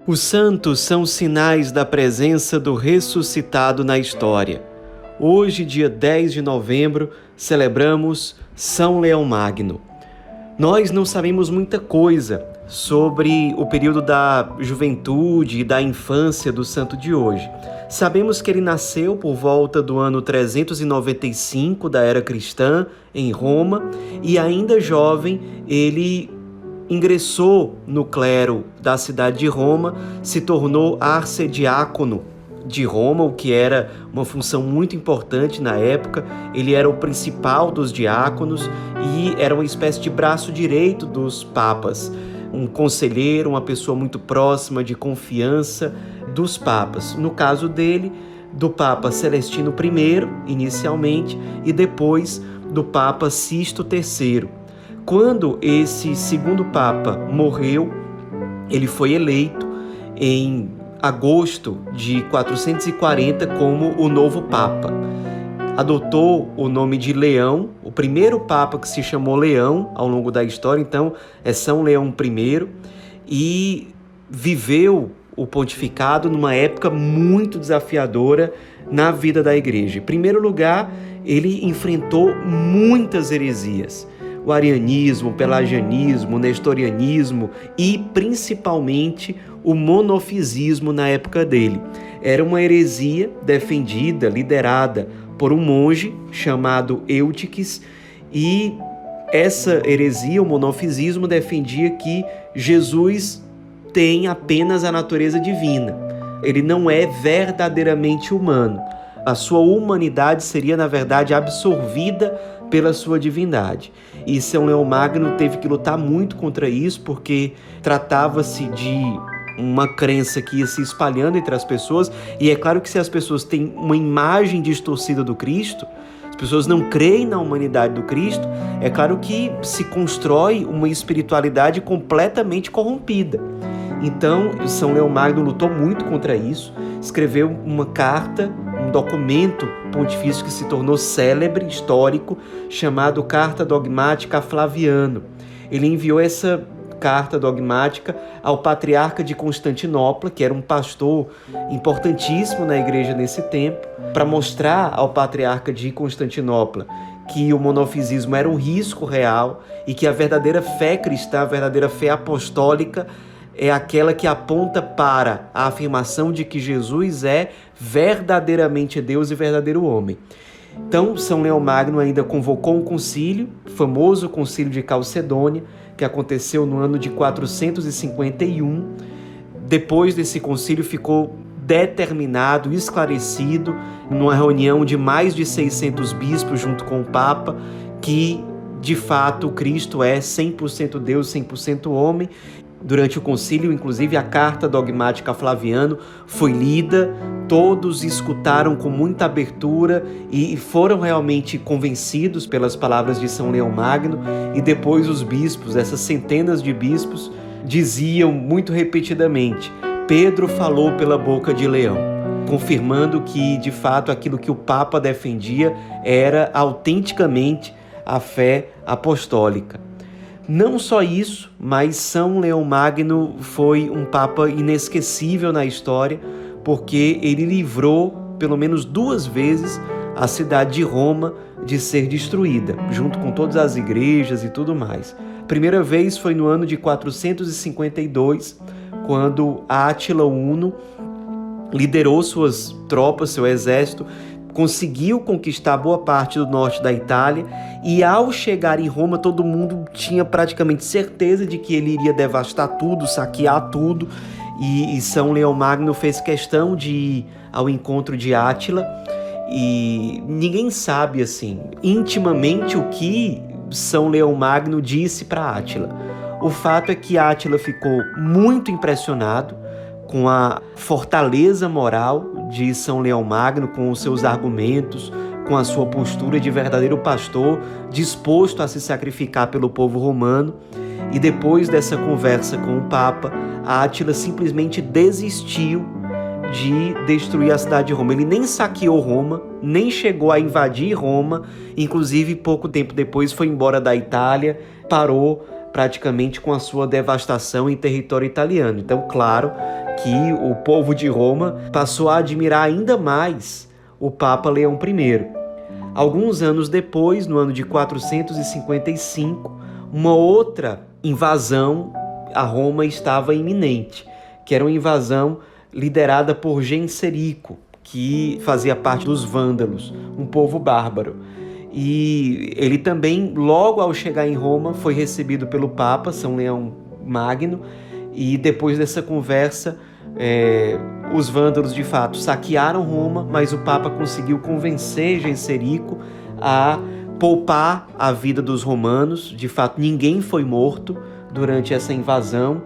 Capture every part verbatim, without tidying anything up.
Os santos são sinais da presença do ressuscitado na história. Hoje, dia dez de novembro, celebramos São Leão Magno. Nós não sabemos muita coisa sobre o período da juventude e da infância do santo de hoje. Sabemos que ele nasceu por volta do ano trezentos e noventa e cinco da era cristã, em Roma, e ainda jovem ele ingressou no clero da cidade de Roma, se tornou arcediácono de Roma, o que era uma função muito importante na época. Ele era o principal dos diáconos e era uma espécie de braço direito dos papas, um conselheiro, uma pessoa muito próxima, de confiança dos papas. No caso dele, do Papa Celestino I, inicialmente, e depois do Papa Sisto terceiro. Quando esse segundo Papa morreu, ele foi eleito em agosto de quatrocentos e quarenta como o novo Papa. Adotou o nome de Leão, o primeiro Papa que se chamou Leão ao longo da história, então é São Leão I, e viveu o pontificado numa época muito desafiadora na vida da igreja. Em primeiro lugar, ele enfrentou muitas heresias. O arianismo, o pelagianismo, o nestorianismo e principalmente o monofisismo na época dele. Era uma heresia defendida, liderada por um monge chamado Eutiques, e essa heresia, o monofisismo, defendia que Jesus tem apenas a natureza divina. Ele não é verdadeiramente humano. A sua humanidade seria, na verdade, absorvida pela sua divindade. E São Leão Magno teve que lutar muito contra isso, porque tratava-se de uma crença que ia se espalhando entre as pessoas, e é claro que se as pessoas têm uma imagem distorcida do Cristo, as pessoas não creem na humanidade do Cristo, é claro que se constrói uma espiritualidade completamente corrompida. Então, São Leão Magno lutou muito contra isso, escreveu uma carta, um documento pontifício que se tornou célebre, histórico, chamado Carta Dogmática a Flaviano. Ele enviou essa carta dogmática ao patriarca de Constantinopla, que era um pastor importantíssimo na igreja nesse tempo, para mostrar ao patriarca de Constantinopla que o monofisismo era um risco real e que a verdadeira fé cristã, a verdadeira fé apostólica, é aquela que aponta para a afirmação de que Jesus é verdadeiramente Deus e verdadeiro homem. Então, São Leão Magno ainda convocou um concílio, o famoso Concílio de Calcedônia, que aconteceu no ano de quatrocentos e cinquenta e um. Depois desse concílio ficou determinado, esclarecido, numa reunião de mais de seiscentos bispos junto com o Papa, que de fato Cristo é cem por cento Deus, cem por cento homem. Durante o concílio, inclusive, a Carta Dogmática a Flaviano foi lida, todos escutaram com muita abertura e foram realmente convencidos pelas palavras de São Leão Magno, e depois os bispos, essas centenas de bispos, diziam muito repetidamente: Pedro falou pela boca de Leão, confirmando que, de fato, aquilo que o Papa defendia era autenticamente a fé apostólica. Não só isso, mas São Leão Magno foi um papa inesquecível na história, porque ele livrou, pelo menos duas vezes, a cidade de Roma de ser destruída, junto com todas as igrejas e tudo mais. A primeira vez foi no ano de quatrocentos e cinquenta e dois, quando Átila Uno liderou suas tropas, seu exército, conseguiu conquistar boa parte do norte da Itália, e ao chegar em Roma todo mundo tinha praticamente certeza de que ele iria devastar tudo, saquear tudo, e, e São Leão Magno fez questão de ir ao encontro de Átila, e ninguém sabe assim intimamente o que São Leão Magno disse para Átila. O fato é que Átila ficou muito impressionado com a fortaleza moral de São Leão Magno, com os seus argumentos, com a sua postura de verdadeiro pastor, disposto a se sacrificar pelo povo romano. E depois dessa conversa com o Papa, Átila simplesmente desistiu de destruir a cidade de Roma. Ele nem saqueou Roma, nem chegou a invadir Roma, inclusive pouco tempo depois foi embora da Itália, parou praticamente com a sua devastação em território italiano. Então, claro que o povo de Roma passou a admirar ainda mais o Papa Leão I. Alguns anos depois, no ano de quatrocentos e cinquenta e cinco, uma outra invasão a Roma estava iminente, que era uma invasão liderada por Genserico, que fazia parte dos vândalos, um povo bárbaro. E ele também, logo ao chegar em Roma, foi recebido pelo Papa São Leão Magno, e depois dessa conversa, é, os vândalos de fato saquearam Roma, mas o Papa conseguiu convencer Genserico a poupar a vida dos romanos. De fato, ninguém foi morto durante essa invasão,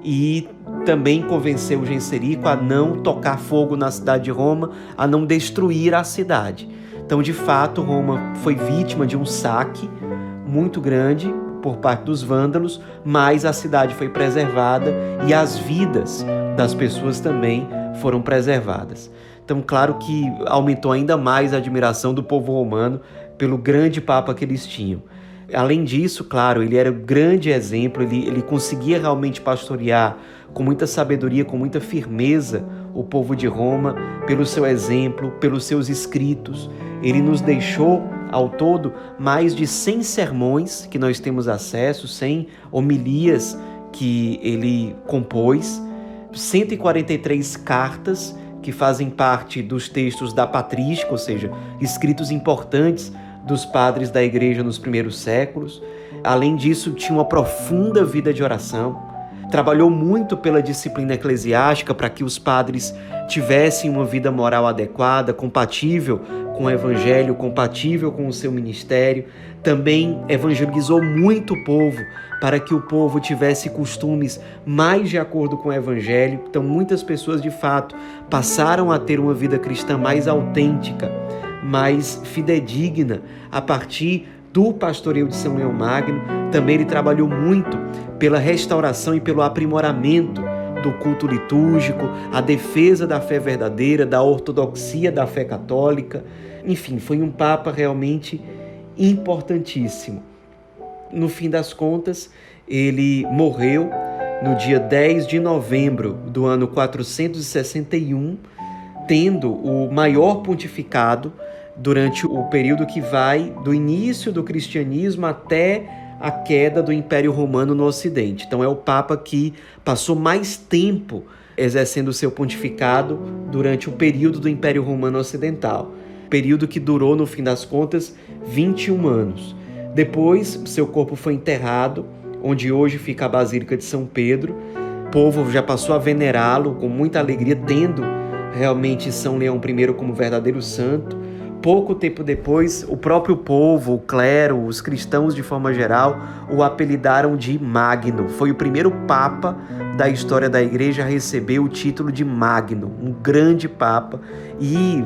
e também convenceu Genserico a não tocar fogo na cidade de Roma, a não destruir a cidade. Então, de fato, Roma foi vítima de um saque muito grande por parte dos vândalos, mas a cidade foi preservada e as vidas das pessoas também foram preservadas. Então, claro que aumentou ainda mais a admiração do povo romano pelo grande Papa que eles tinham. Além disso, claro, ele era um grande exemplo, ele, ele conseguia realmente pastorear com muita sabedoria, com muita firmeza o povo de Roma, pelo seu exemplo, pelos seus escritos. Ele nos deixou, ao todo, mais de cem sermões que nós temos acesso, cem homilias que ele compôs, cento e quarenta e três cartas que fazem parte dos textos da patrística, ou seja, escritos importantes dos padres da igreja nos primeiros séculos. Além disso, tinha uma profunda vida de oração. Trabalhou muito pela disciplina eclesiástica para que os padres tivessem uma vida moral adequada, compatível com o evangelho, compatível com o seu ministério. Também evangelizou muito o povo para que o povo tivesse costumes mais de acordo com o evangelho. Então, muitas pessoas, de fato, passaram a ter uma vida cristã mais autêntica, mais fidedigna a partir do pastoreio de São Leão Magno. Também ele trabalhou muito pela restauração e pelo aprimoramento do culto litúrgico, a defesa da fé verdadeira, da ortodoxia da fé católica. Enfim, foi um Papa realmente importantíssimo. No fim das contas, ele morreu no dia dez de novembro do ano quatrocentos e sessenta e um, tendo o maior pontificado durante o período que vai do início do cristianismo até a queda do Império Romano no Ocidente. Então é o Papa que passou mais tempo exercendo o seu pontificado durante o período do Império Romano Ocidental, período que durou, no fim das contas, vinte e um anos. Depois, seu corpo foi enterrado, onde hoje fica a Basílica de São Pedro. O povo já passou a venerá-lo com muita alegria, tendo realmente São Leão I como verdadeiro santo. Pouco tempo depois, o próprio povo, o clero, os cristãos de forma geral, o apelidaram de Magno. Foi o primeiro Papa da história da Igreja a receber o título de Magno, um grande Papa. E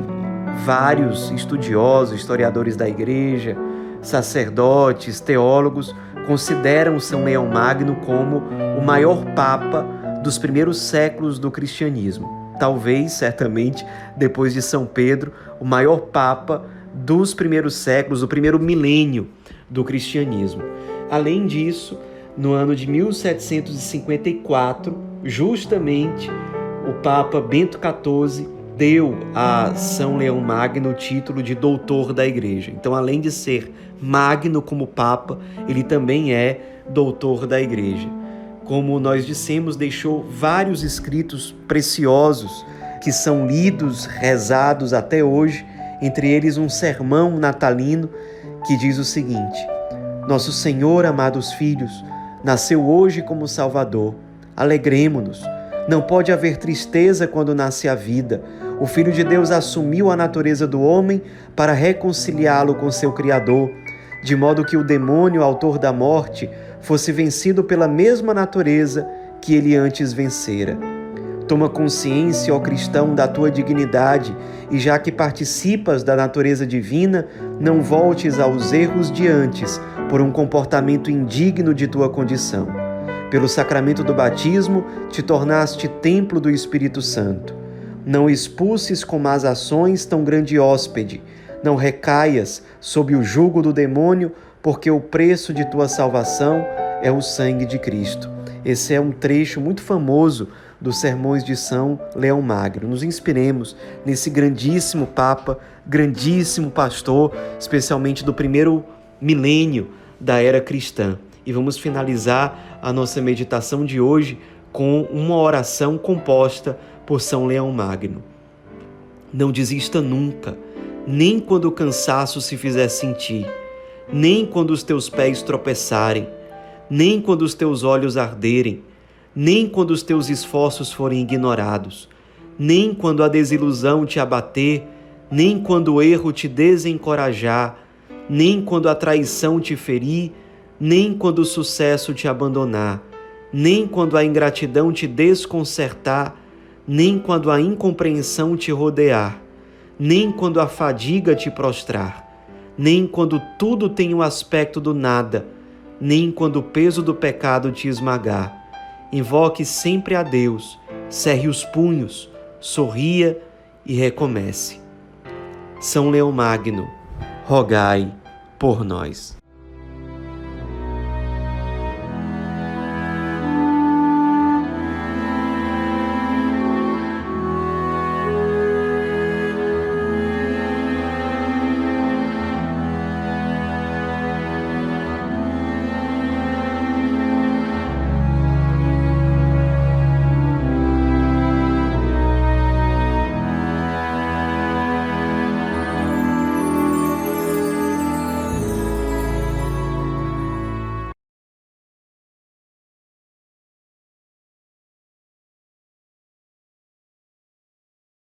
vários estudiosos, historiadores da Igreja, sacerdotes, teólogos, consideram São Leão Magno como o maior Papa dos primeiros séculos do cristianismo. Talvez, certamente, depois de São Pedro, o maior Papa dos primeiros séculos, do primeiro milênio do cristianismo. Além disso, no ano de mil setecentos e cinquenta e quatro, justamente, o Papa Bento quatorze deu a São Leão Magno o título de doutor da Igreja. Então, além de ser Magno como Papa, ele também é doutor da Igreja. Como nós dissemos, deixou vários escritos preciosos que são lidos, rezados até hoje, entre eles um sermão natalino que diz o seguinte: Nosso Senhor, amados filhos, nasceu hoje como Salvador. Alegremo-nos. Não pode haver tristeza quando nasce a vida. O Filho de Deus assumiu a natureza do homem para reconciliá-lo com seu Criador, de modo que o demônio, autor da morte, fosse vencido pela mesma natureza que ele antes vencera. Toma consciência, ó cristão, da tua dignidade, e já que participas da natureza divina, não voltes aos erros de antes por um comportamento indigno de tua condição. Pelo sacramento do batismo, te tornaste templo do Espírito Santo. Não expulses com más ações tão grande hóspede, não recaias sob o jugo do demônio, porque o preço de tua salvação é o sangue de Cristo. Esse é um trecho muito famoso dos sermões de São Leão Magno. Nos inspiremos nesse grandíssimo Papa, grandíssimo pastor, especialmente do primeiro milênio da era cristã. E vamos finalizar a nossa meditação de hoje com uma oração composta por São Leão Magno. Não desista nunca, nem quando o cansaço se fizer sentir, nem quando os teus pés tropeçarem, nem quando os teus olhos arderem, nem quando os teus esforços forem ignorados, nem quando a desilusão te abater, nem quando o erro te desencorajar, nem quando a traição te ferir, nem quando o sucesso te abandonar, nem quando a ingratidão te desconcertar, nem quando a incompreensão te rodear, nem quando a fadiga te prostrar, nem quando tudo tem o aspecto do nada, nem quando o peso do pecado te esmagar. Invoque sempre a Deus, cerre os punhos, sorria e recomece. São Leão Magno, rogai por nós.